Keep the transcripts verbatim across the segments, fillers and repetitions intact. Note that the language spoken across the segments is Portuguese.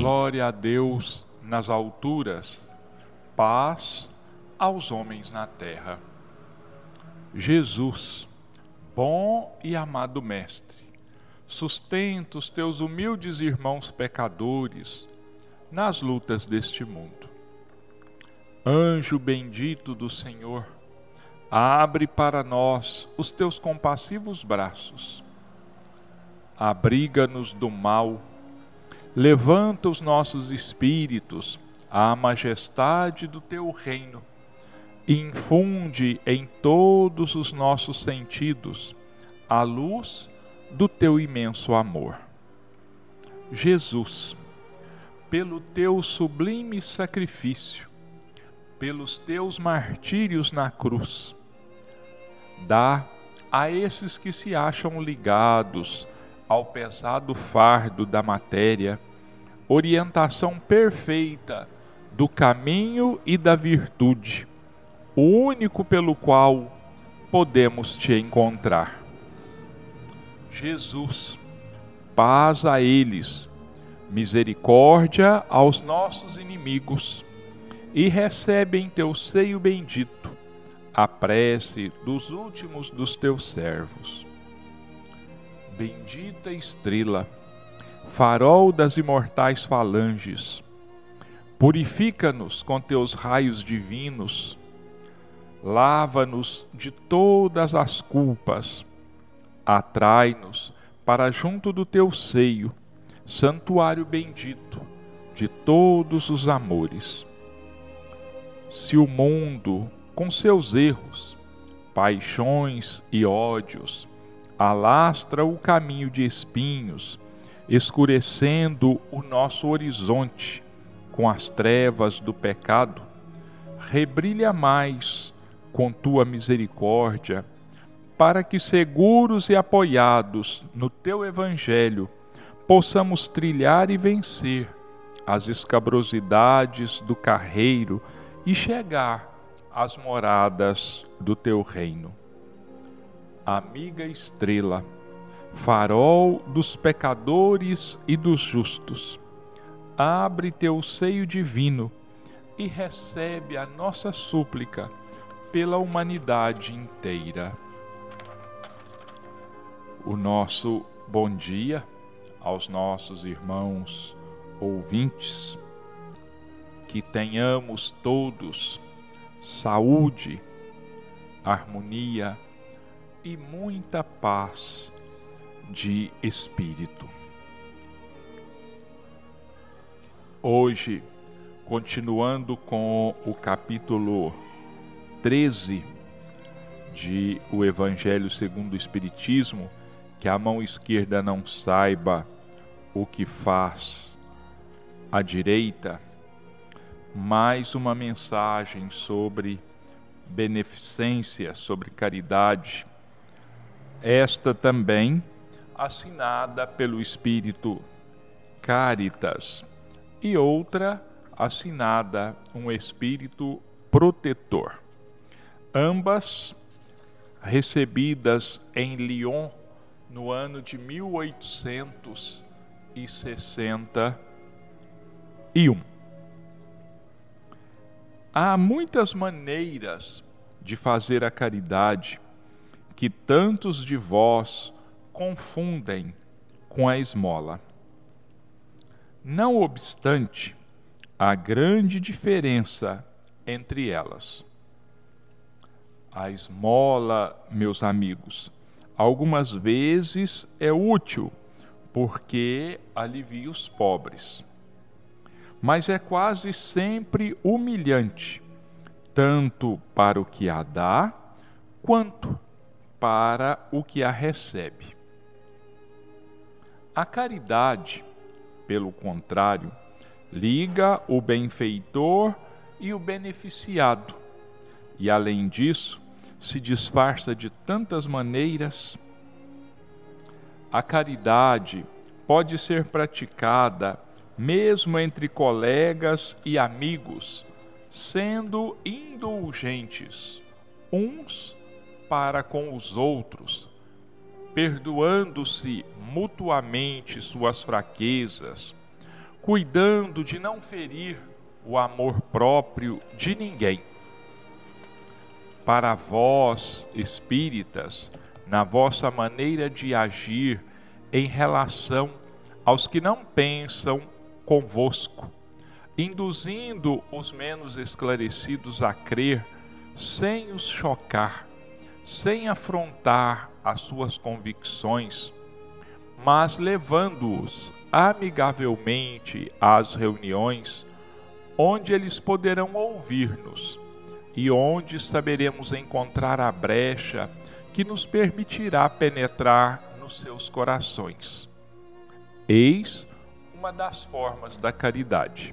Glória a Deus nas alturas, paz aos homens na terra. Jesus, bom e amado Mestre, sustenta os teus humildes irmãos pecadores nas lutas deste mundo. Anjo bendito do Senhor, abre para nós os teus compassivos braços. Abriga-nos do mal, levanta os nossos espíritos à majestade do teu reino e infunde em todos os nossos sentidos a luz do teu imenso amor. Jesus, pelo teu sublime sacrifício, pelos teus martírios na cruz, dá a esses que se acham ligados ao pesado fardo da matéria orientação perfeita do caminho e da virtude, o único pelo qual podemos te encontrar. Jesus, paz a eles, misericórdia aos nossos inimigos, e recebe em teu seio bendito a prece dos últimos dos teus servos. Bendita estrela, farol das imortais falanges, purifica-nos com teus raios divinos, lava-nos de todas as culpas, atrai-nos para junto do teu seio, santuário bendito de todos os amores. Se o mundo, com seus erros, paixões e ódios, alastra o caminho de espinhos, escurecendo o nosso horizonte com as trevas do pecado, rebrilha mais com tua misericórdia, para que, seguros e apoiados no teu evangelho, possamos trilhar e vencer as escabrosidades do carreiro e chegar às moradas do teu reino. Amiga estrela, farol dos pecadores e dos justos, abre teu seio divino e recebe a nossa súplica pela humanidade inteira. O nosso bom dia aos nossos irmãos ouvintes, que tenhamos todos saúde, harmonia e muita paz de espírito. Hoje, continuando com o capítulo treze de O Evangelho segundo o Espiritismo, que a mão esquerda não saiba o que faz a direita, mais uma mensagem sobre beneficência, sobre caridade, esta também assinada pelo Espírito Caritas e outra assinada um Espírito Protetor, ambas recebidas em Lyon no ano de mil oitocentos e sessenta e um. Há muitas maneiras de fazer a caridade que tantos de vós confundem com a esmola. Não obstante, há grande diferença entre elas. A esmola, meus amigos, algumas vezes é útil, porque alivia os pobres. Mas é quase sempre humilhante, tanto para o que a dá, quanto para o que a recebe. A caridade, pelo contrário, liga o benfeitor e o beneficiado, e além disso, se disfarça de tantas maneiras. A caridade pode ser praticada mesmo entre colegas e amigos, sendo indulgentes uns para com os outros, perdoando-se mutuamente suas fraquezas, cuidando de não ferir o amor próprio de ninguém. Para vós, espíritas, na vossa maneira de agir em relação aos que não pensam convosco, induzindo os menos esclarecidos a crer, sem os chocar, sem afrontar as suas convicções, mas levando-os amigavelmente às reuniões, onde eles poderão ouvir-nos e onde saberemos encontrar a brecha que nos permitirá penetrar nos seus corações. Eis uma das formas da caridade.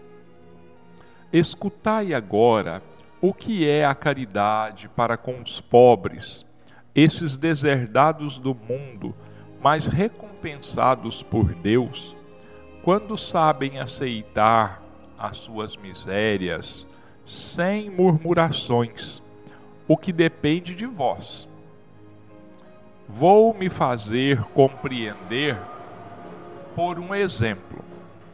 Escutai agora o que é a caridade para com os pobres, esses deserdados do mundo, mas recompensados por Deus, quando sabem aceitar as suas misérias sem murmurações, o que depende de vós. Vou me fazer compreender por um exemplo.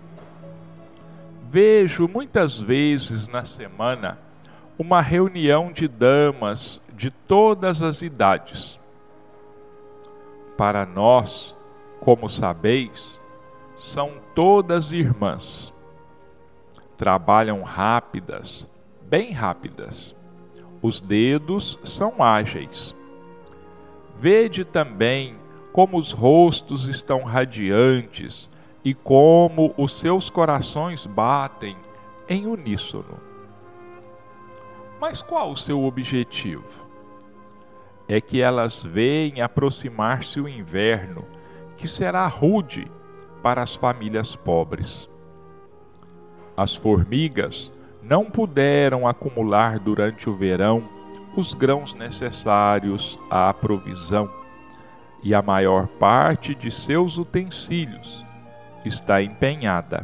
Vejo muitas vezes na semana uma reunião de damas de todas as idades. Para nós, como sabeis, são todas irmãs. Trabalham rápidas, bem rápidas. Os dedos são ágeis. Vede também como os rostos estão radiantes e como os seus corações batem em uníssono. Mas qual o seu objetivo? É que elas veem aproximar-se o inverno, que será rude para as famílias pobres. As formigas não puderam acumular durante o verão os grãos necessários à provisão, e a maior parte de seus utensílios está empenhada.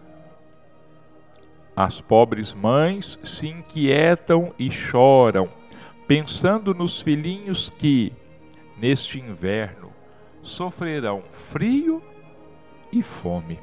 As pobres mães se inquietam e choram, pensando nos filhinhos que, neste inverno, sofrerão frio e fome.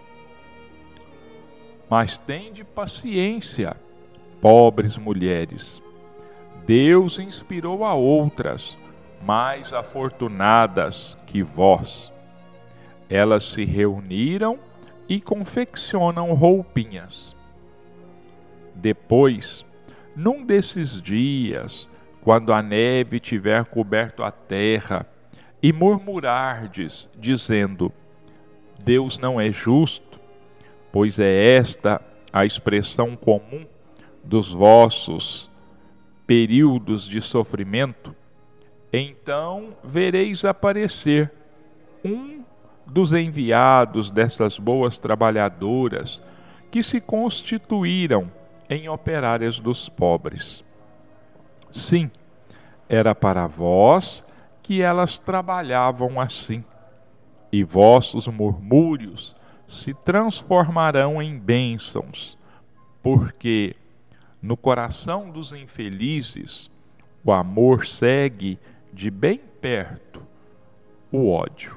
Mas tende paciência, pobres mulheres. Deus inspirou a outras, mais afortunadas que vós. Elas se reuniram e confeccionam roupinhas. Depois, num desses dias, quando a neve tiver coberto a terra, e murmurardes, dizendo: Deus não é justo, pois é esta a expressão comum dos vossos períodos de sofrimento, então vereis aparecer um dos enviados dessas boas trabalhadoras que se constituíram em operárias dos pobres. Sim, era para vós que elas trabalhavam assim, e vossos murmúrios se transformarão em bênçãos, porque no coração dos infelizes o amor segue de bem perto o ódio.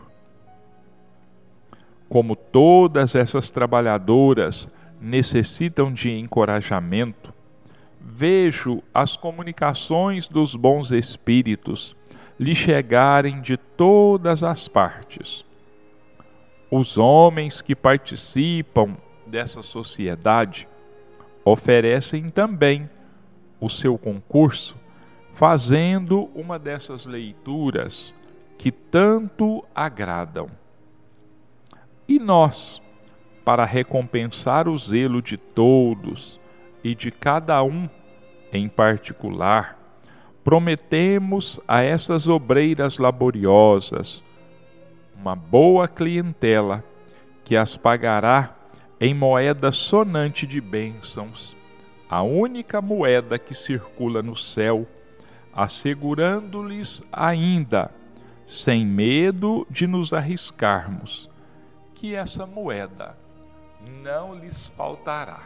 Como todas essas trabalhadoras necessitam de encorajamento, vejo as comunicações dos bons espíritos lhe chegarem de todas as partes. Os homens que participam dessa sociedade oferecem também o seu concurso, fazendo uma dessas leituras que tanto agradam. E nós, para recompensar o zelo de todos e de cada um em particular, prometemos a essas obreiras laboriosas uma boa clientela que as pagará em moeda sonante de bênçãos, a única moeda que circula no céu, assegurando-lhes ainda, sem medo de nos arriscarmos, que essa moeda não lhes faltará.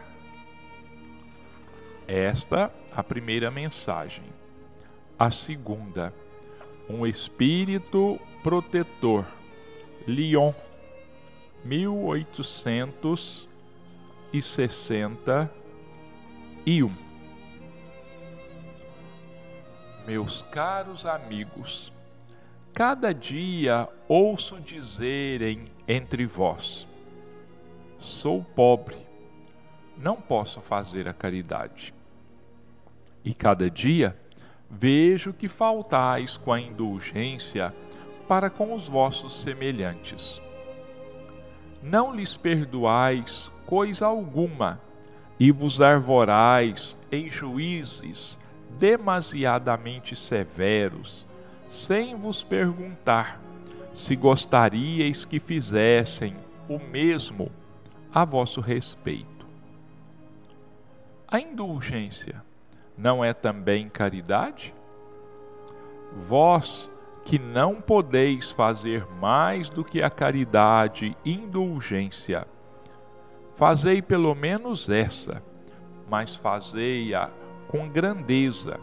Esta a primeira mensagem. A segunda, um espírito protetor, Lyon, mil oitocentos e sessenta e um. Meus caros amigos, cada dia ouço dizerem entre vós: sou pobre, não posso fazer a caridade. E cada dia vejo que faltais com a indulgência para com os vossos semelhantes. Não lhes perdoais coisa alguma, e vos arvorais em juízes demasiadamente severos, sem vos perguntar se gostaríeis que fizessem o mesmo a vosso respeito. A indulgência não é também caridade? Vós que não podeis fazer mais do que a caridade e indulgência, fazei pelo menos essa, mas fazei-a com grandeza.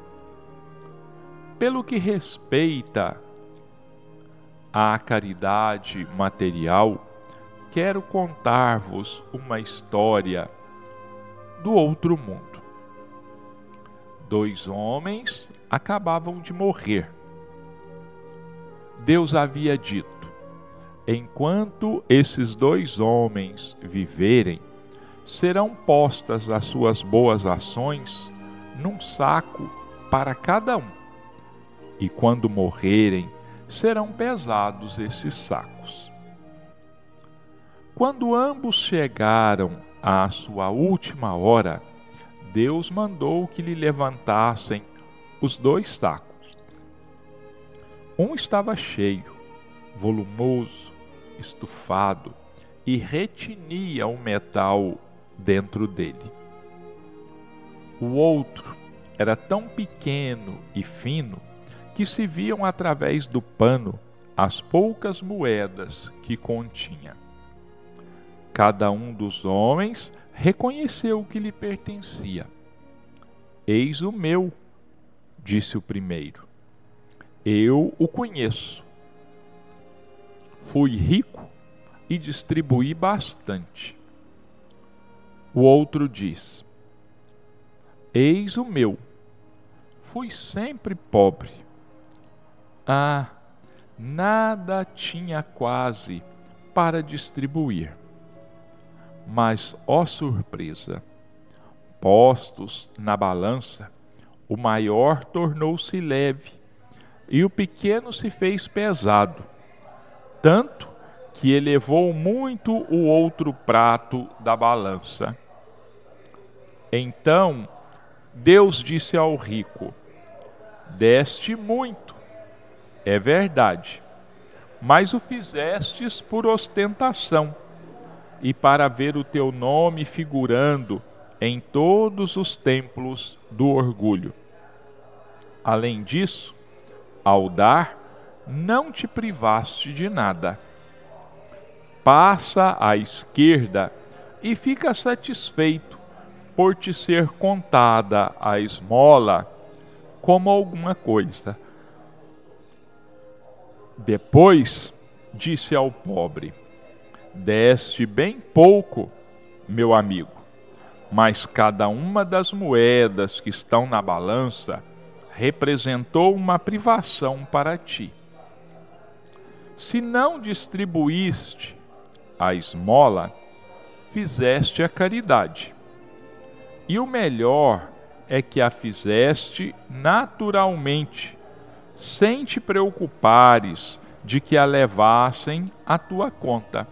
Pelo que respeita à caridade material, quero contar-vos uma história do outro mundo. Dois homens acabavam de morrer. Deus havia dito: enquanto esses dois homens viverem, serão postas as suas boas ações num saco para cada um, e quando morrerem, serão pesados esses sacos. Quando ambos chegaram à sua última hora, Deus mandou que lhe levantassem os dois sacos. Um estava cheio, volumoso, estufado, e retinia o metal dentro dele. O outro era tão pequeno e fino que se viam através do pano as poucas moedas que continha. Cada um dos homens reconheceu o que lhe pertencia. Eis o meu, disse o primeiro. Eu o conheço. Fui rico e distribuí bastante. O outro diz: eis o meu. Fui sempre pobre. Ah, nada tinha quase para distribuir. Mas, ó surpresa, postos na balança, o maior tornou-se leve e o pequeno se fez pesado, tanto que elevou muito o outro prato da balança. Então Deus disse ao rico: deste muito, é verdade, mas o fizestes por ostentação e para ver o teu nome figurando em todos os templos do orgulho. Além disso, ao dar, não te privaste de nada. Passa à esquerda e fica satisfeito por te ser contada a esmola como alguma coisa. Depois disse ao pobre: deste bem pouco, meu amigo, mas cada uma das moedas que estão na balança representou uma privação para ti. Se não distribuíste a esmola, fizeste a caridade. E o melhor é que a fizeste naturalmente, sem te preocupares de que a levassem à tua conta.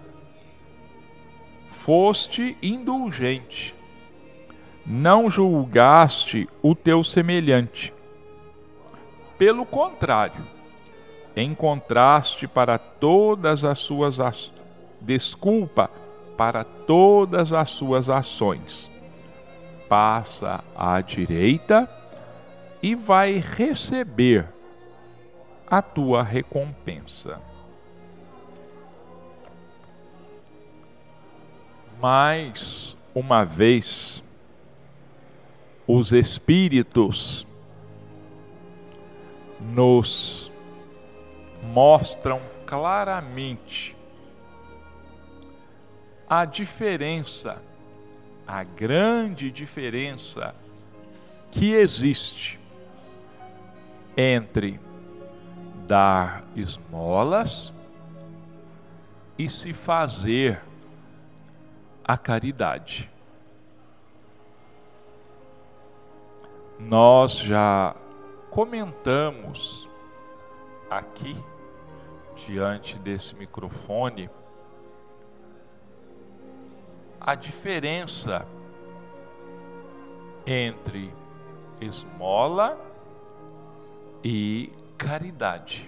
Foste indulgente, não julgaste o teu semelhante. Pelo contrário, encontraste para todas as suas ações, desculpa para todas as suas ações. Passa à direita e vai receber a tua recompensa. Mais uma vez, os espíritos nos mostram claramente a diferença a grande diferença que existe entre dar esmolas e se fazer a caridade. Nós já comentamos aqui, diante desse microfone, a diferença entre esmola e caridade.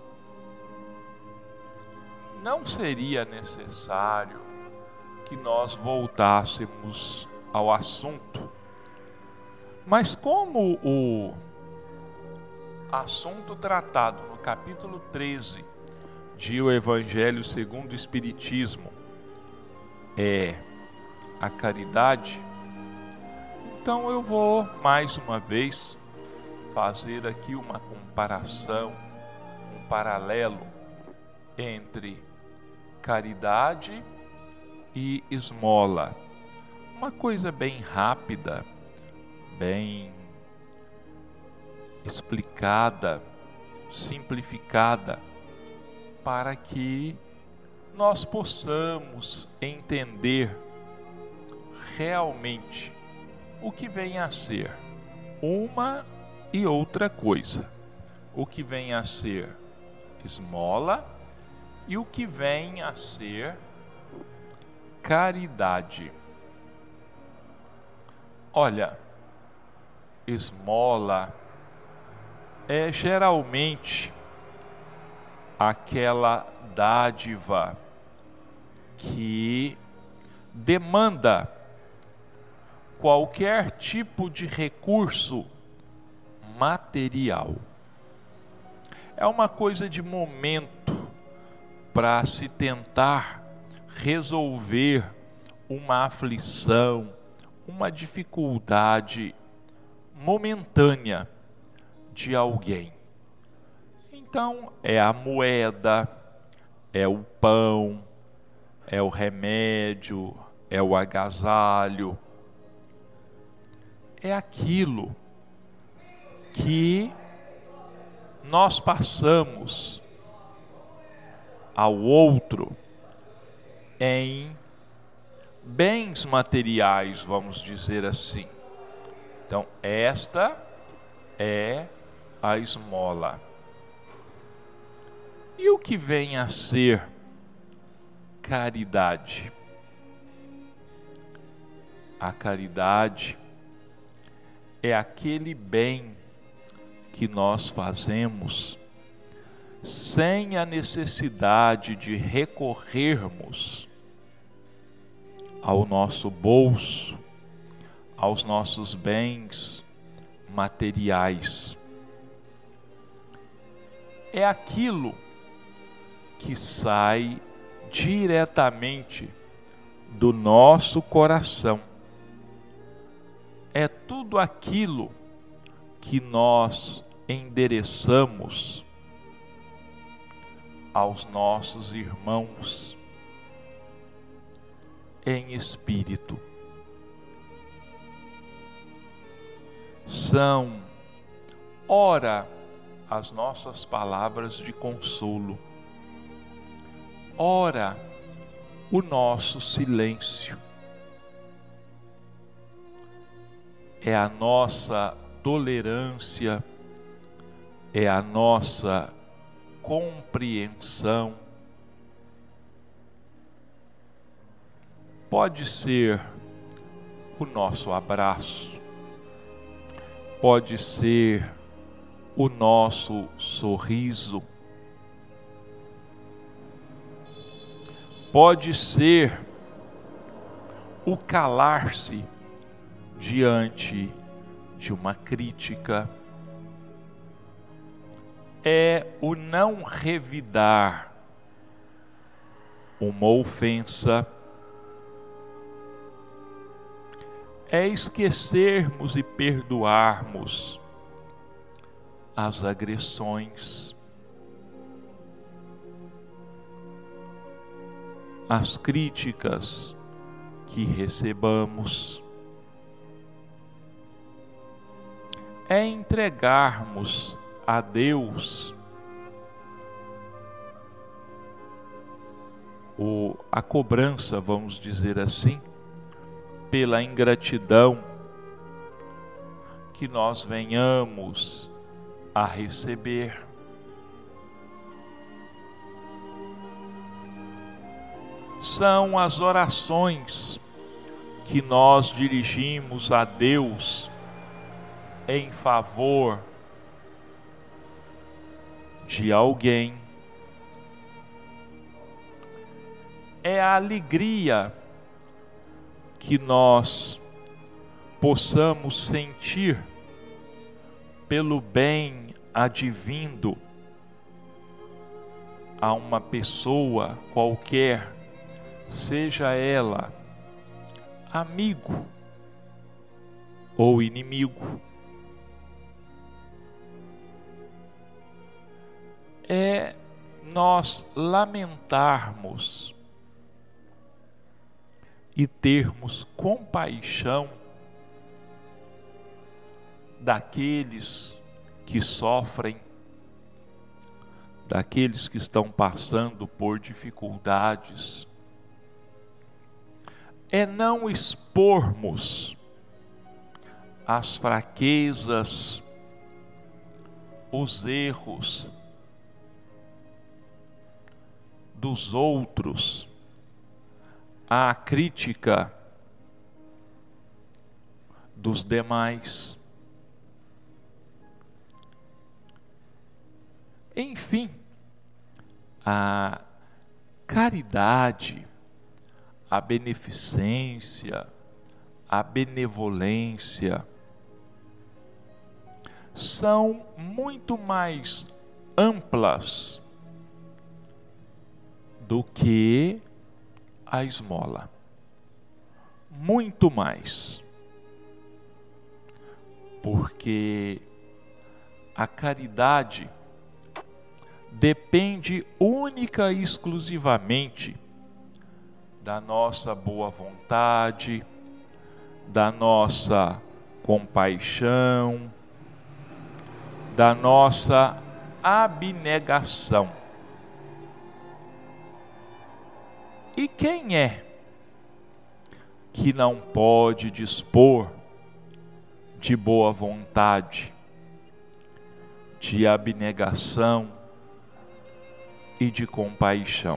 Não seria necessário que nós voltássemos ao assunto, mas como o assunto tratado no capítulo treze de O Evangelho segundo o Espiritismo é a caridade, então eu vou mais uma vez fazer aqui uma comparação, um paralelo entre caridade e esmola. Uma coisa bem rápida, bem explicada, simplificada, para que nós possamos entender realmente o que vem a ser uma e outra coisa, o que vem a ser esmola e o que vem a ser caridade. Olha, esmola é geralmente aquela dádiva que demanda qualquer tipo de recurso material. É uma coisa de momento para se tentar resolver uma aflição, uma dificuldade momentânea de alguém. Então, é a moeda, é o pão, é o remédio, é o agasalho, é aquilo que nós passamos ao outro em bens materiais, vamos dizer assim. Então, esta é a esmola. E o que vem a ser caridade? A caridade é aquele bem que nós fazemos sem a necessidade de recorrermos ao nosso bolso, aos nossos bens materiais. É aquilo que sai diretamente do nosso coração. É tudo aquilo que nós endereçamos aos nossos irmãos em espírito. São, ora, as nossas palavras de consolo, ora, o nosso silêncio, é a nossa tolerância, é a nossa compreensão. Pode ser o nosso abraço, pode ser o nosso sorriso, pode ser o calar-se diante de uma crítica, é o não revidar uma ofensa, é esquecermos e perdoarmos as agressões, as críticas que recebamos. É entregarmos a Deus o, a cobrança, vamos dizer assim, pela ingratidão que nós venhamos a receber. São as orações que nós dirigimos a Deus em favor de alguém. É a alegria que nós possamos sentir pelo bem advindo a uma pessoa qualquer, seja ela amigo ou inimigo. É nós lamentarmos e termos compaixão daqueles que sofrem, daqueles que estão passando por dificuldades. É não expormos as fraquezas, os erros dos outros, a crítica dos demais. Enfim, a caridade, a beneficência, a benevolência são muito mais amplas do que a esmola. Muito mais. Porque a caridade depende única e exclusivamente da nossa boa vontade, da nossa compaixão, da nossa abnegação. E quem é que não pode dispor de boa vontade, de abnegação e de compaixão?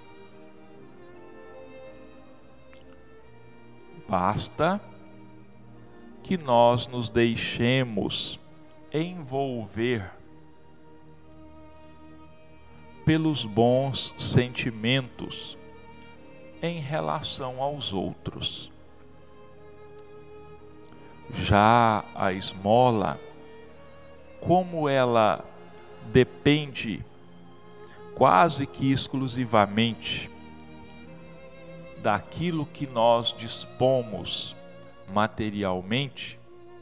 Basta que nós nos deixemos envolver pelos bons sentimentos em relação aos outros. Já a esmola, como ela depende quase que exclusivamente daquilo que nós dispomos materialmente,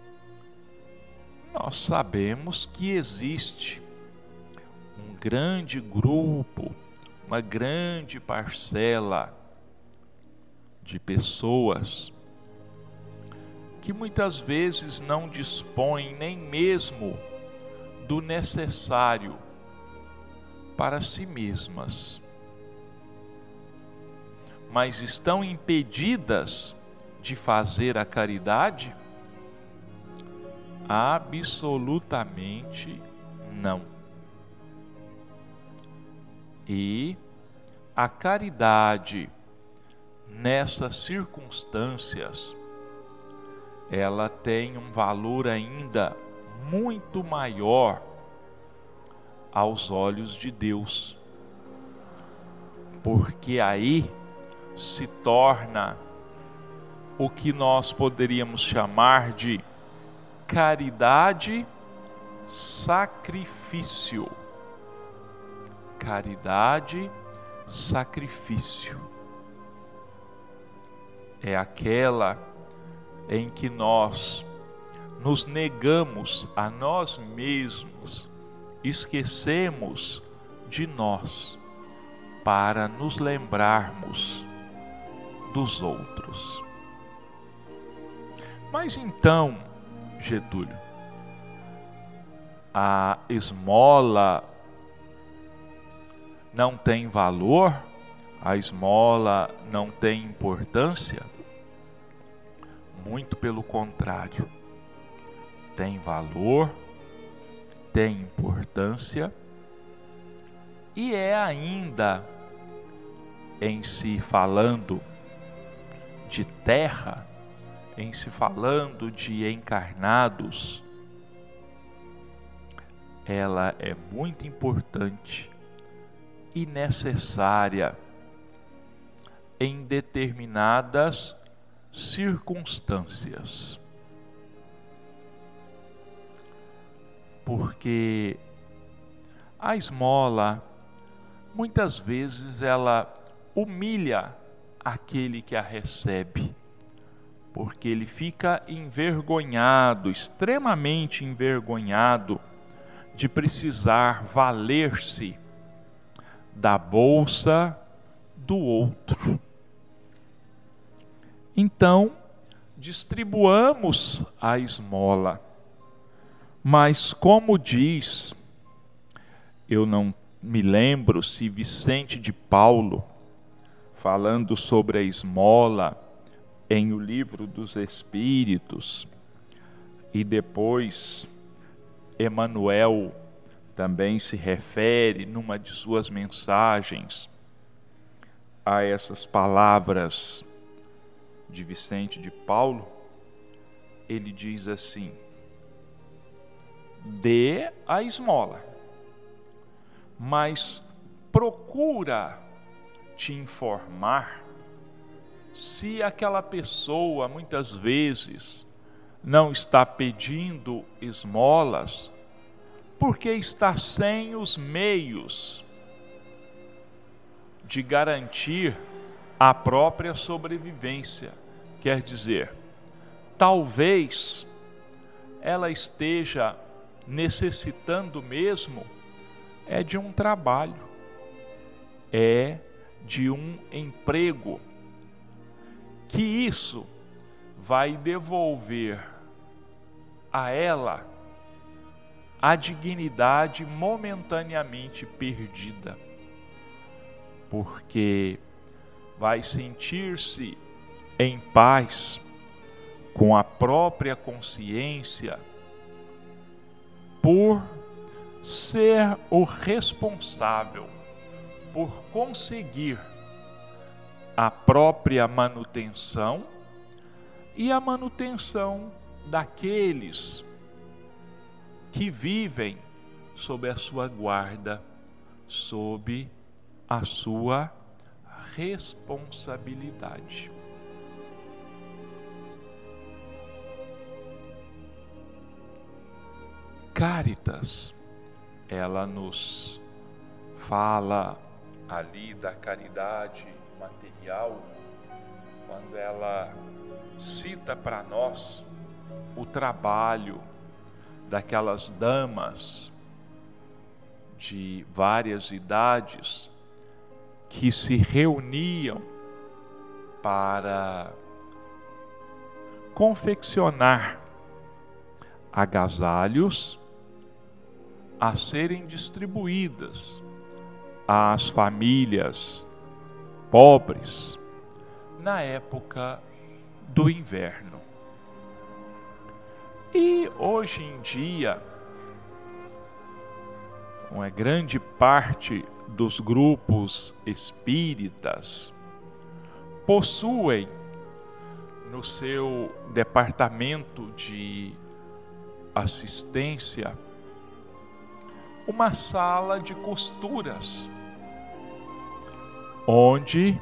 nós sabemos que existe um grande grupo, uma grande parcela de pessoas que muitas vezes não dispõem nem mesmo do necessário para si mesmas, mas estão impedidas de fazer a caridade? Absolutamente não. E a caridade, nessas circunstâncias, ela tem um valor ainda muito maior aos olhos de Deus, porque aí se torna o que nós poderíamos chamar de caridade sacrifício. Caridade sacrifício é aquela em que nós nos negamos a nós mesmos, esquecemos de nós para nos lembrarmos dos outros. Mas então, Getúlio, a esmola não tem valor? A esmola não tem importância? Muito pelo contrário. Tem valor, tem importância e é ainda, em se falando de terra, em se falando de encarnados, ela é muito importante e necessária em determinadas circunstâncias. Porque a esmola, muitas vezes, ela humilha aquele que a recebe, porque ele fica envergonhado, extremamente envergonhado, de precisar valer-se da bolsa do outro. Então, distribuamos a esmola. Mas como diz, eu não me lembro se Vicente de Paulo, falando sobre a esmola em O Livro dos Espíritos, e depois Emmanuel também se refere numa de suas mensagens a essas palavras de Vicente de Paulo. Ele diz assim: dê a esmola, mas procura te informar se aquela pessoa muitas vezes não está pedindo esmolas porque está sem os meios de garantir a própria sobrevivência. Quer dizer, talvez ela esteja necessitando mesmo é de um trabalho, é de um emprego, que isso vai devolver a ela a dignidade momentaneamente perdida, porque vai sentir-se em paz com a própria consciência por ser o responsável por conseguir a própria manutenção e a manutenção daqueles que vivem sob a sua guarda, sob a sua responsabilidade. Cáritas, ela nos fala ali da caridade material, quando ela cita para nós o trabalho daquelas damas de várias idades que se reuniam para confeccionar agasalhos a serem distribuídas às famílias pobres na época do inverno. E hoje em dia, uma grande parte dos grupos espíritas possuem no seu departamento de assistência uma sala de costuras, onde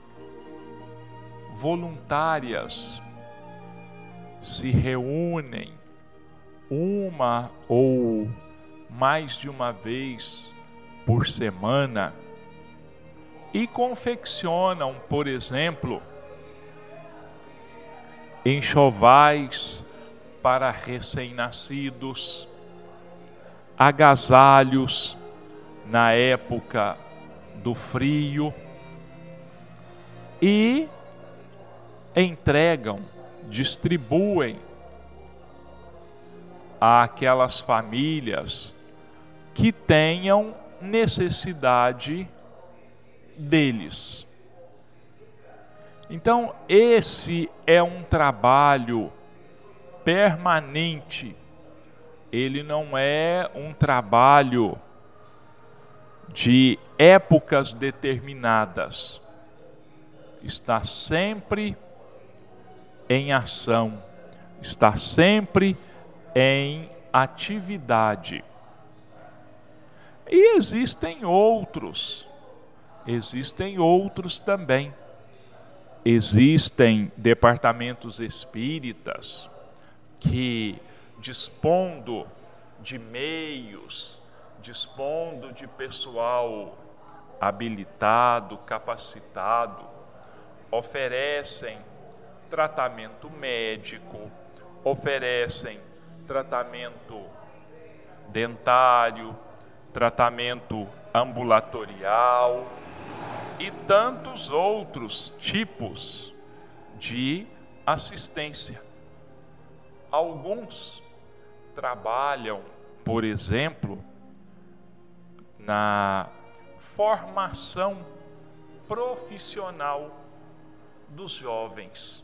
voluntárias se reúnem uma ou mais de uma vez por semana e confeccionam, por exemplo, enxovais para recém-nascidos, agasalhos na época do frio e entregam, distribuem àquelas famílias que tenham necessidade deles. Então, esse é um trabalho permanente. Ele não é um trabalho de épocas determinadas. Está sempre em ação, está sempre em atividade. E existem outros, existem outros também. Existem departamentos espíritas que, dispondo de meios, dispondo de pessoal habilitado, capacitado, oferecem tratamento médico, oferecem tratamento dentário, tratamento ambulatorial e tantos outros tipos de assistência. Alguns trabalham, por exemplo, na formação profissional dos jovens.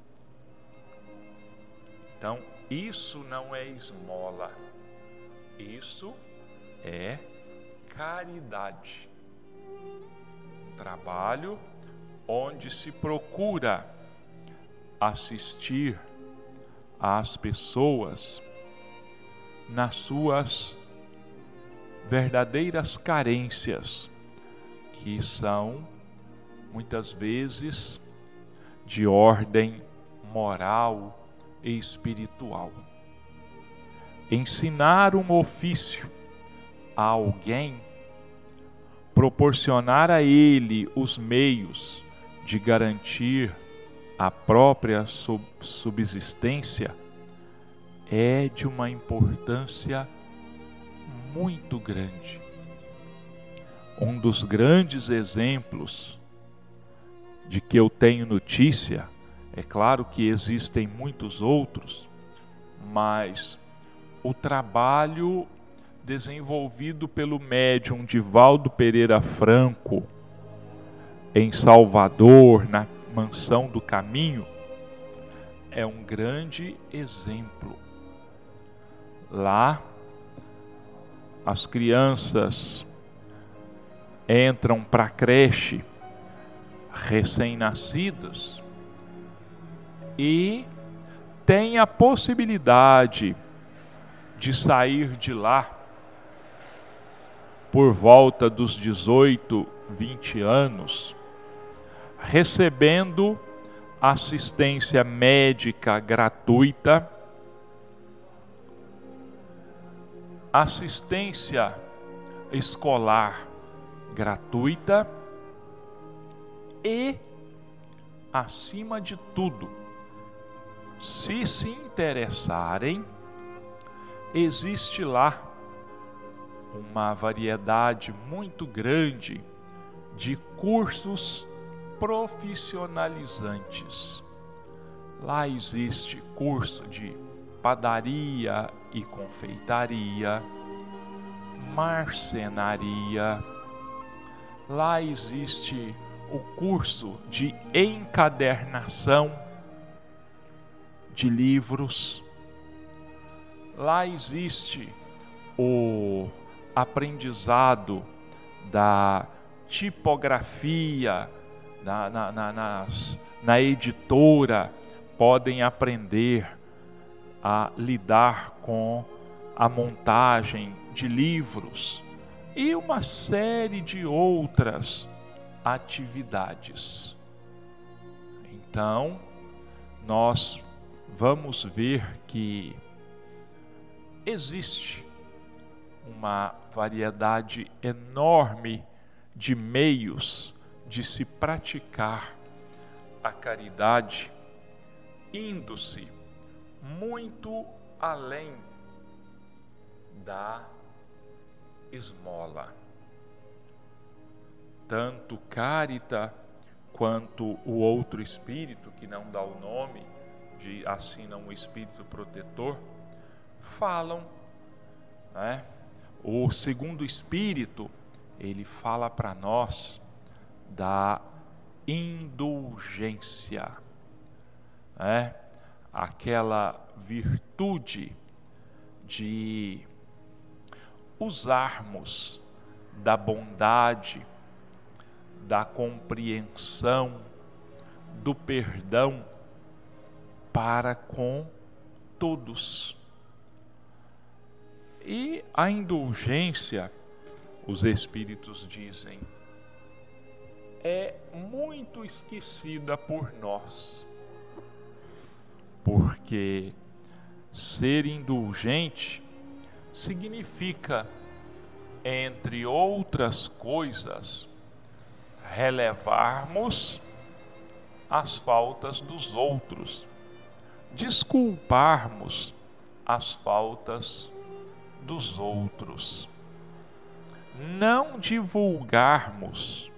Então, isso não é esmola, isso é caridade. Trabalho onde se procura assistir às pessoas nas suas verdadeiras carências, que são muitas vezes de ordem moral e espiritual. Ensinar um ofício a alguém, proporcionar a ele os meios de garantir a própria subsistência, é de uma importância muito grande. Um dos grandes exemplos de que eu tenho notícia, é claro que existem muitos outros, mas o trabalho desenvolvido pelo médium Divaldo Pereira Franco em Salvador, na Mansão do Caminho, é um grande exemplo. Lá, as crianças entram para a creche recém-nascidas e têm a possibilidade de sair de lá por volta dos dezoito, vinte anos, recebendo assistência médica gratuita, assistência escolar gratuita e, acima de tudo, se se interessarem, existe lá uma variedade muito grande de cursos profissionalizantes. Lá existe curso de padaria e confeitaria, marcenaria. Lá existe o curso de encadernação de livros. Lá existe o aprendizado da tipografia, na, na, na, nas, na editora, podem aprender a lidar com a montagem de livros e uma série de outras atividades. Então, nós vamos ver que existe uma variedade enorme de meios de se praticar a caridade, indo-se muito além da esmola. Tanto Cárita enquanto o outro espírito, que não dá o nome, de assim não um espírito protetor, falam, né? O segundo espírito, ele fala para nós da indulgência, né? Aquela virtude de usarmos da bondade, da compreensão, do perdão para com todos. E a indulgência, os espíritos dizem, é muito esquecida por nós, porque ser indulgente significa, entre outras coisas, relevarmos as faltas dos outros, desculparmos as faltas dos outros, não divulgarmos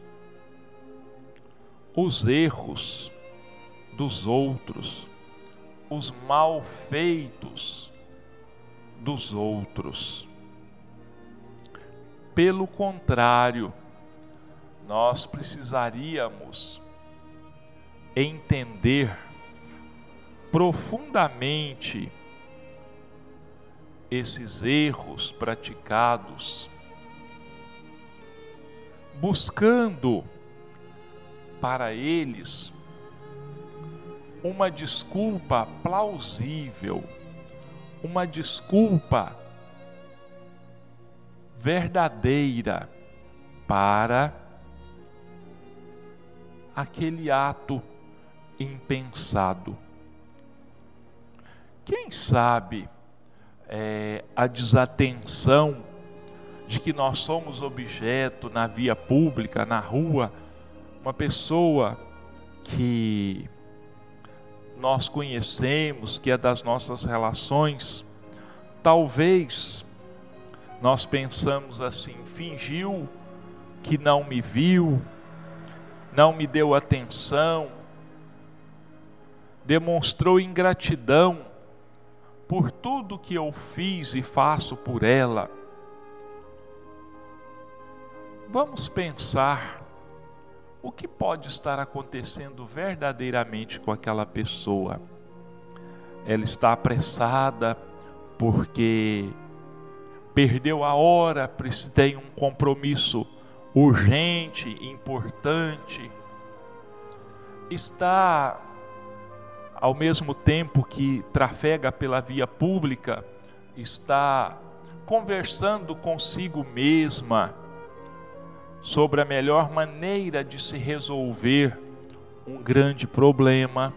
os erros dos outros, os malfeitos dos outros. Pelo contrário, nós precisaríamos entender profundamente esses erros praticados, buscando para eles uma desculpa plausível, uma desculpa verdadeira para aquele ato impensado. Quem sabe é, a desatenção de que nós somos objeto na via pública, na rua, uma pessoa que nós conhecemos, que é das nossas relações, talvez nós pensamos assim, fingiu que não me viu, não me deu atenção, demonstrou ingratidão por tudo que eu fiz e faço por ela. Vamos pensar o que pode estar acontecendo verdadeiramente com aquela pessoa. Ela está apressada porque perdeu a hora, tem um compromisso urgente, importante. Está, ao mesmo tempo que trafega pela via pública, está conversando consigo mesma sobre a melhor maneira de se resolver um grande problema.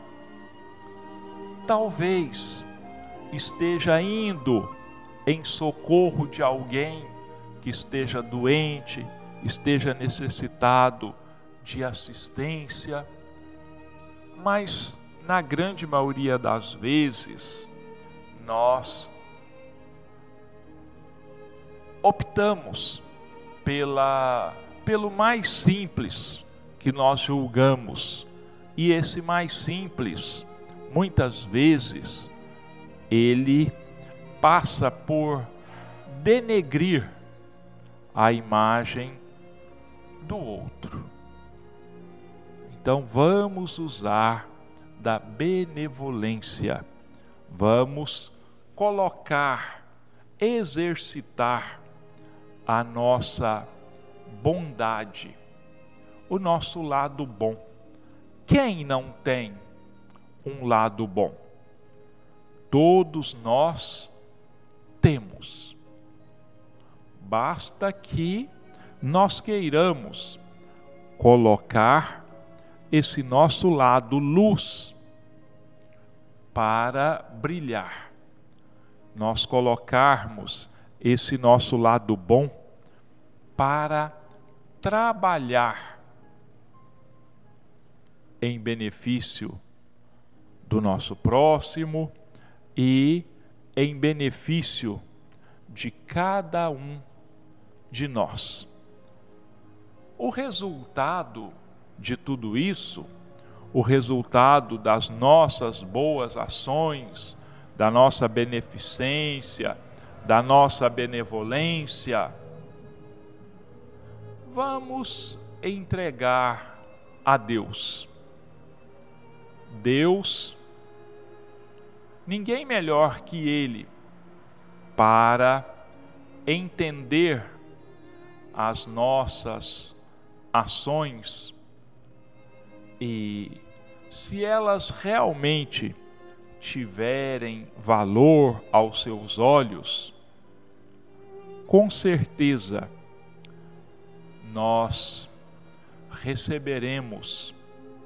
Talvez esteja indo em socorro de alguém que esteja doente, esteja necessitado de assistência, mas na grande maioria das vezes nós optamos pela pelo mais simples que nós julgamos, e esse mais simples, muitas vezes, ele passa por denegrir a imagem do outro. Então vamos usar da benevolência, vamos colocar, exercitar a nossa bondade, o nosso lado bom. Quem não tem um lado bom? Todos nós temos. Basta que nós queiramos colocar esse nosso lado luz para brilhar. Nós colocarmos esse nosso lado bom para trabalhar em benefício do nosso próximo e em benefício de cada um de nós. O resultado de tudo isso, o resultado das nossas boas ações, da nossa beneficência, da nossa benevolência, vamos entregar a Deus. Deus, ninguém melhor que Ele para entender as nossas ações e se elas realmente tiverem valor aos seus olhos, com certeza nós receberemos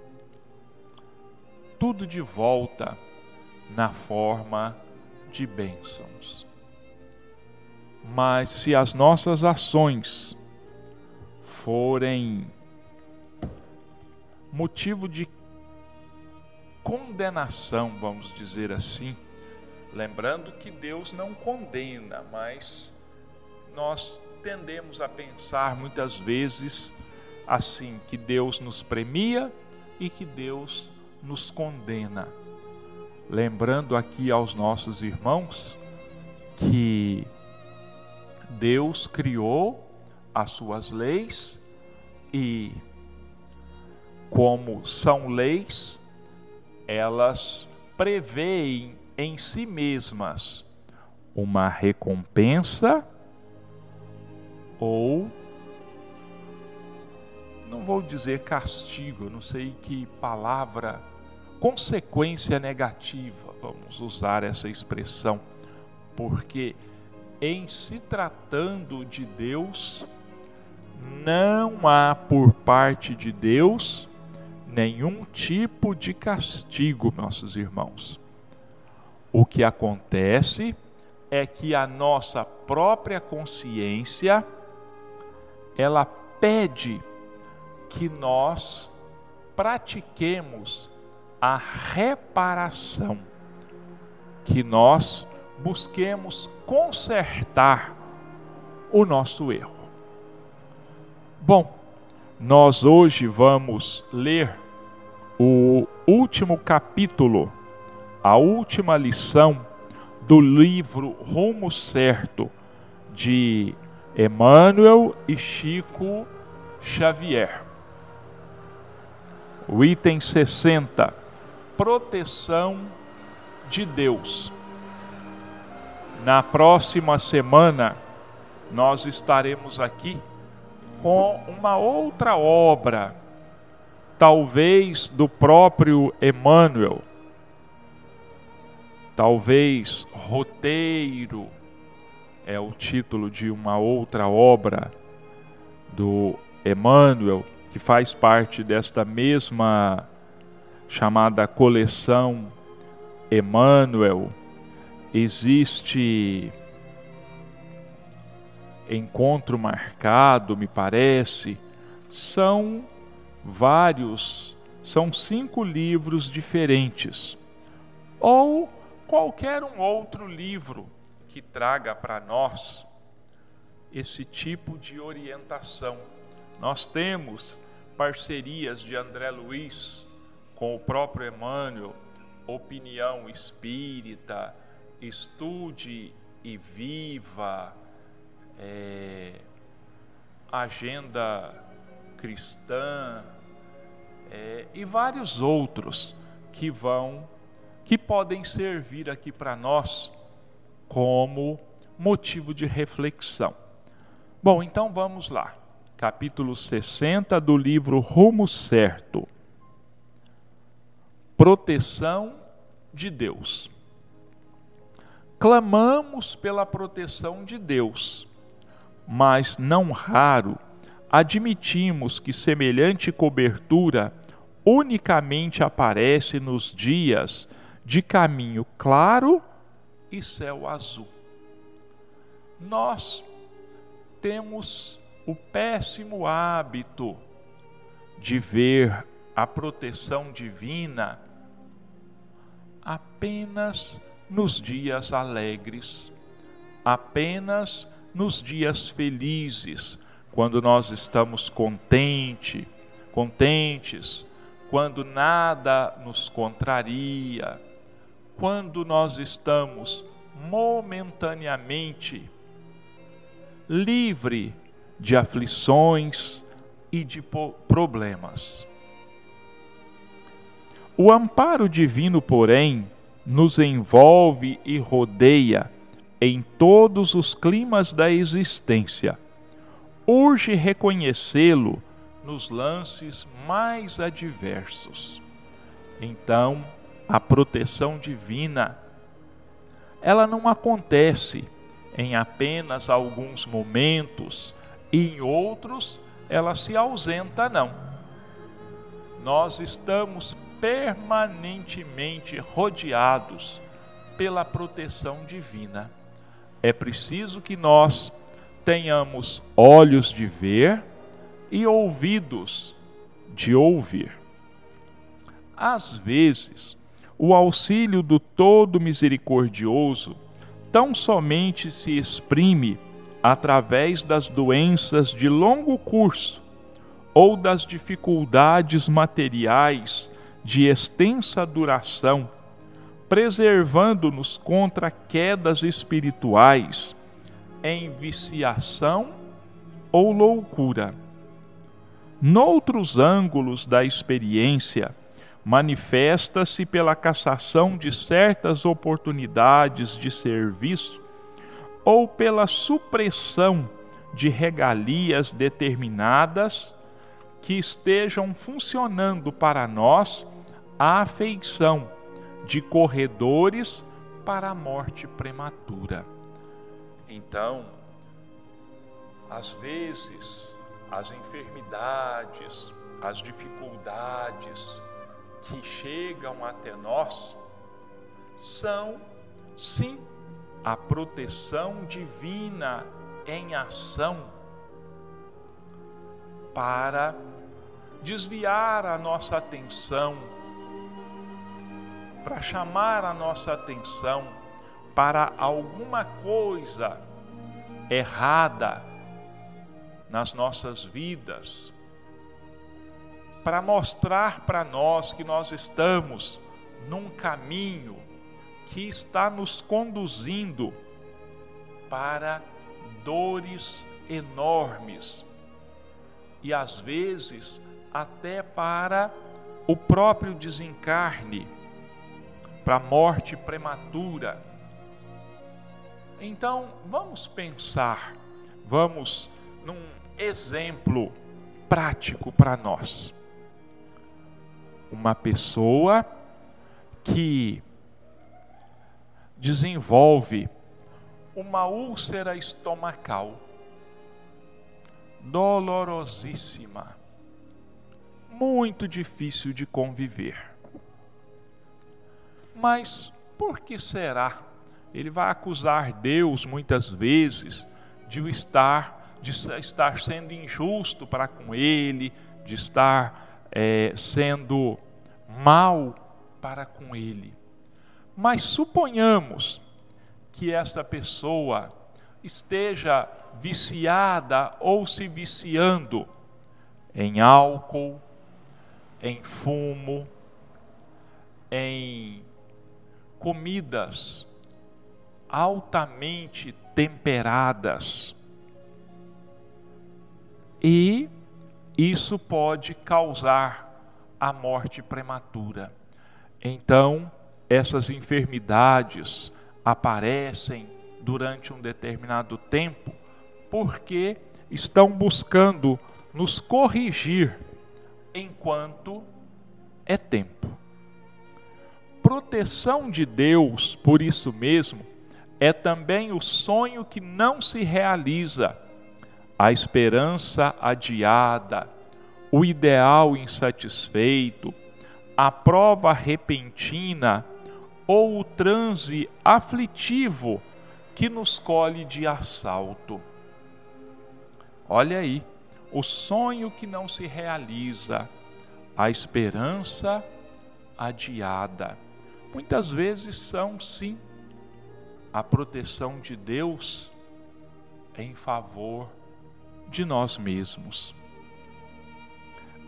tudo de volta na forma de bênçãos. Mas se as nossas ações forem motivo de condenação, vamos dizer assim, lembrando que Deus não condena, mas nós tendemos a pensar muitas vezes assim, que Deus nos premia e que Deus nos condena. Lembrando aqui aos nossos irmãos que Deus criou as suas leis e, como são leis, elas preveem em si mesmas uma recompensa ou, não vou dizer castigo, eu não sei que palavra, consequência negativa, vamos usar essa expressão, porque em se tratando de Deus, não há por parte de Deus nenhum tipo de castigo, nossos irmãos. O que acontece é que a nossa própria consciência, ela pede que nós pratiquemos a reparação, que nós busquemos consertar o nosso erro. Bom, nós hoje vamos ler o último capítulo, a última lição do livro Rumo Certo, de Emmanuel e Chico Xavier. O item sessenta, proteção de Deus. Na próxima semana, nós estaremos aqui com uma outra obra, talvez do próprio Emmanuel, talvez Roteiro, é o título de uma outra obra do Emmanuel, que faz parte desta mesma chamada coleção Emmanuel. Existe Encontro Marcado, me parece. São vários, são cinco livros diferentes. Ou qualquer um outro livro que traga para nós esse tipo de orientação. Nós temos parcerias de André Luiz com o próprio Emmanuel, Opinião Espírita, Estude e Viva, é, Agenda Cristã, é, e vários outros que vão, que podem servir aqui para nós como motivo de reflexão. Bom, então vamos lá. Capítulo sessenta do livro Rumo Certo. Proteção de Deus. Clamamos pela proteção de Deus, mas não raro admitimos que semelhante cobertura unicamente aparece nos dias de caminho claro e céu azul. Nós temos o péssimo hábito de ver a proteção divina apenas nos dias alegres, apenas nos dias felizes, quando nós estamos contentes, contentes, quando nada nos contraria, quando nós estamos momentaneamente livre de aflições e de problemas. O amparo divino, porém, nos envolve e rodeia em todos os climas da existência. Urge reconhecê-lo nos lances mais adversos. Então, a proteção divina, ela não acontece em apenas alguns momentos e em outros ela se ausenta, não. Nós estamos permanentemente rodeados pela proteção divina. É preciso que nós tenhamos olhos de ver e ouvidos de ouvir. Às vezes, o auxílio do Todo Misericordioso tão somente se exprime através das doenças de longo curso ou das dificuldades materiais de extensa duração, preservando-nos contra quedas espirituais em viciação ou loucura. Noutros ângulos da experiência, manifesta-se pela cassação de certas oportunidades de serviço ou pela supressão de regalias determinadas que estejam funcionando para nós à afeição de corredores para a morte prematura. Então, às vezes, as enfermidades, as dificuldades que chegam até nós são, sim, a proteção divina em ação para desviar a nossa atenção, para chamar a nossa atenção para alguma coisa errada nas nossas vidas, para mostrar para nós que nós estamos num caminho que está nos conduzindo para dores enormes e às vezes até para o próprio desencarne, para a morte prematura. Então, vamos pensar, vamos num exemplo prático para nós. Uma pessoa que desenvolve uma úlcera estomacal dolorosíssima, muito difícil de conviver. Mas por que será? Ele vai acusar Deus muitas vezes de estar, de estar sendo injusto para com ele, de estar é, sendo mal para com ele. Mas suponhamos que essa pessoa esteja viciada ou se viciando em álcool, em fumo, em comidas altamente temperadas. E isso pode causar a morte prematura. Então, essas enfermidades aparecem durante um determinado tempo porque estão buscando nos corrigir enquanto é tempo. Proteção de Deus, por isso mesmo, é também o sonho que não se realiza, a esperança adiada, o ideal insatisfeito, a prova repentina ou o transe aflitivo que nos colhe de assalto. Olha aí, o sonho que não se realiza, a esperança adiada. Muitas vezes são, sim, a proteção de Deus em favor de nós mesmos.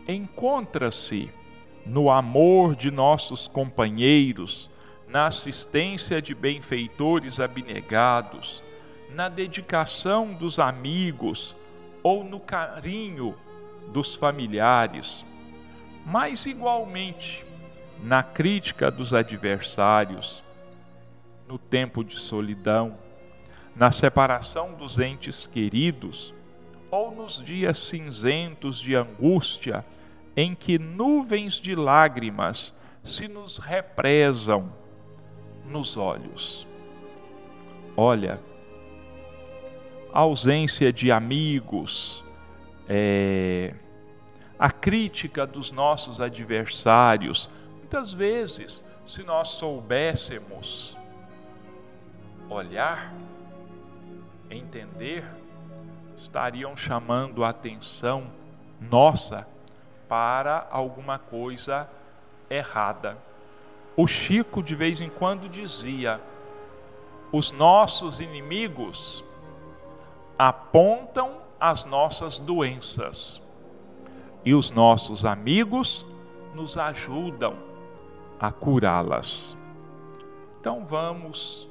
encontra-se no amor de nossos companheiros, na assistência de benfeitores abnegados, na dedicação dos amigos ou no carinho dos familiares, mas igualmente na crítica dos adversários, no tempo de solidão, na separação dos entes queridos ou nos dias cinzentos de angústia em que nuvens de lágrimas se nos represam nos olhos. Olha, a ausência de amigos, é, a crítica dos nossos adversários, muitas vezes, se nós soubéssemos olhar, entender, estariam chamando a atenção nossa para alguma coisa errada. O Chico de vez em quando dizia: os nossos inimigos apontam as nossas doenças e os nossos amigos nos ajudam a curá-las. Então vamos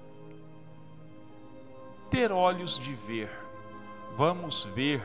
ter olhos de ver, vamos ver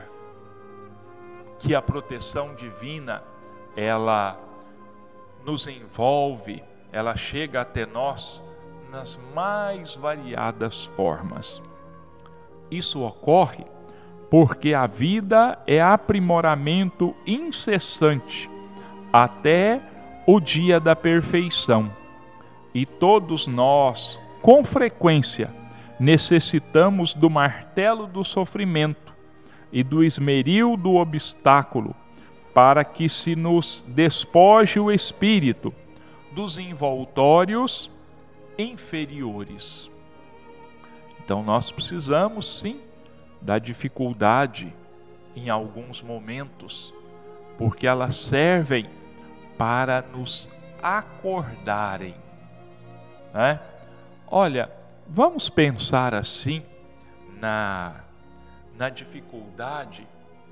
que a proteção divina, ela nos envolve, ela chega até nós nas mais variadas formas. Isso ocorre porque a vida é aprimoramento incessante até o dia da perfeição. E todos nós, com frequência, necessitamos do martelo do sofrimento e do esmeril do obstáculo para que se nos despoje o espírito dos envoltórios inferiores. Então nós precisamos sim da dificuldade em alguns momentos, porque elas servem para nos acordarem, né? Olha, vamos pensar assim na, na dificuldade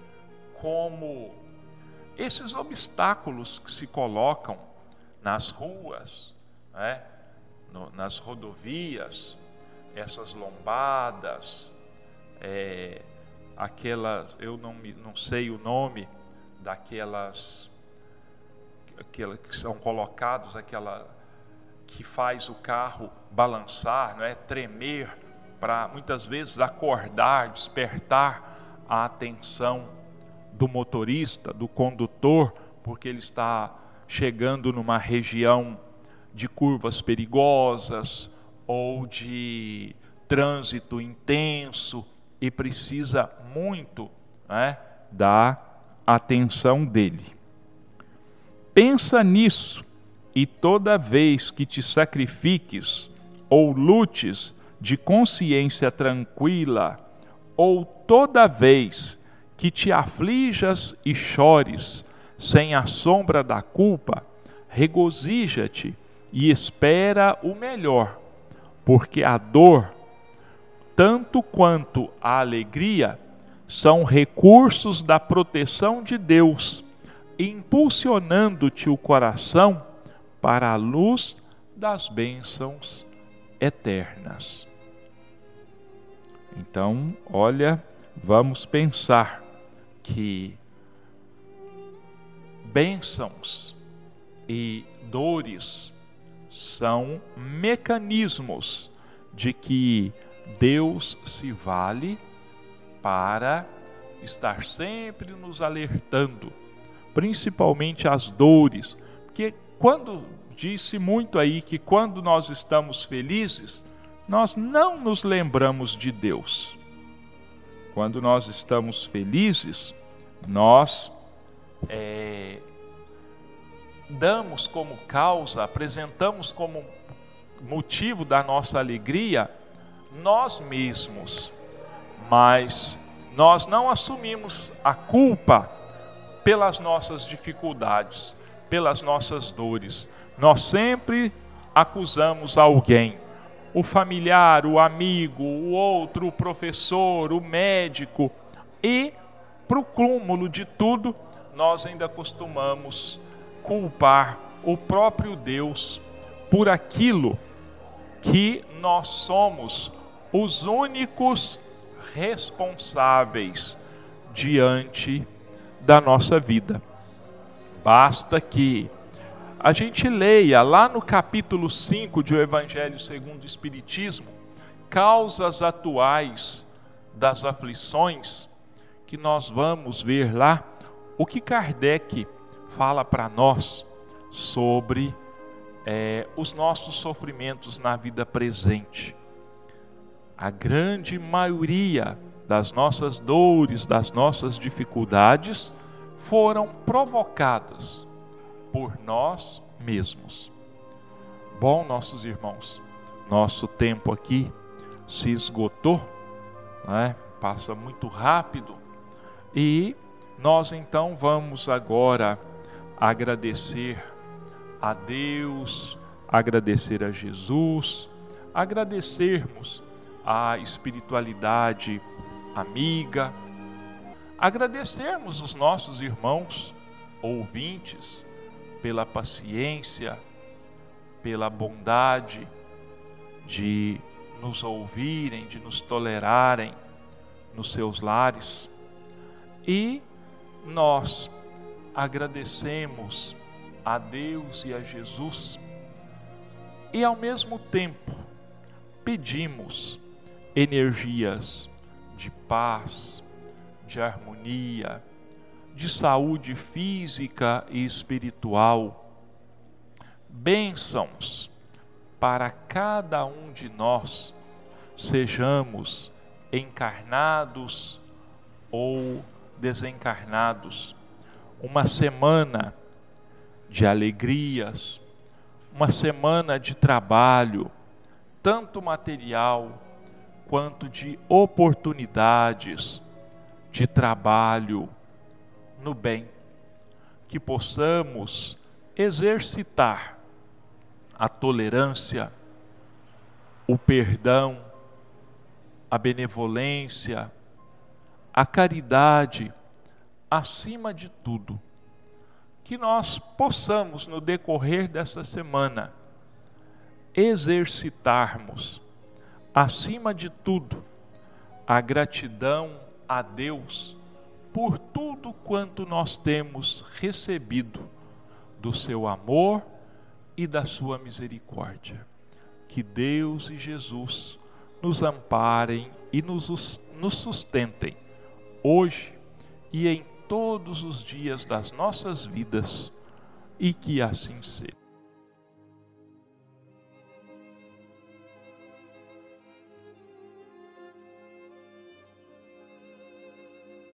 como esses obstáculos que se colocam nas ruas, né? No, nas rodovias, essas lombadas, é, aquelas, eu não, me, não sei o nome daquelas, aquelas que são colocados, aquela que faz o carro balançar, não é? Tremer, para muitas vezes acordar, despertar a atenção do motorista, do condutor, porque ele está chegando numa região de curvas perigosas ou de trânsito intenso e precisa muito, né, da atenção dele. Pensa nisso e toda vez que te sacrifiques ou lutes de consciência tranquila, ou toda vez que te aflijas e chores sem a sombra da culpa, regozija-te e espera o melhor, porque a dor, tanto quanto a alegria, são recursos da proteção de Deus, impulsionando-te o coração para a luz das bênçãos eternas. Então, olha, vamos pensar que bênçãos e dores são mecanismos de que Deus se vale para estar sempre nos alertando, principalmente as dores, porque quando disse muito aí que quando nós estamos felizes, nós não nos lembramos de Deus. Quando nós estamos felizes, nós é, damos como causa, apresentamos como motivo da nossa alegria nós mesmos, mas nós não assumimos a culpa pelas nossas dificuldades, pelas nossas dores. Nós sempre acusamos alguém, o familiar, o amigo, o outro, o professor, o médico, e, para o cúmulo de tudo, nós ainda costumamos culpar o próprio Deus por aquilo que nós somos os únicos responsáveis diante da nossa vida. Basta que a gente leia lá no capítulo cinco de O Evangelho segundo o Espiritismo, causas atuais das aflições, que nós vamos ver lá o que Kardec fala para nós sobre é, os nossos sofrimentos na vida presente. A grande maioria das nossas dores, das nossas dificuldades, foram provocadas por nós mesmos. Bom, nossos irmãos, nosso tempo aqui se esgotou, né? Passa muito rápido, e nós então vamos agora agradecer a Deus, agradecer a Jesus, agradecermos a espiritualidade amiga, agradecermos os nossos irmãos ouvintes pela paciência, pela bondade de nos ouvirem, de nos tolerarem nos seus lares. E nós agradecemos a Deus e a Jesus, e ao mesmo tempo pedimos energias de paz, de harmonia, de saúde física e espiritual, bênçãos para cada um de nós, sejamos encarnados ou desencarnados. Uma semana de alegrias, uma semana de trabalho, tanto material quanto de oportunidades de trabalho no bem, que possamos exercitar a tolerância, o perdão, a benevolência, a caridade, acima de tudo. Que nós possamos, no decorrer dessa semana, exercitarmos, acima de tudo, a gratidão a Deus por tudo quanto nós temos recebido do seu amor e da sua misericórdia. Que Deus e Jesus nos amparem e nos, nos sustentem, hoje e em todos os dias das nossas vidas, e que assim seja.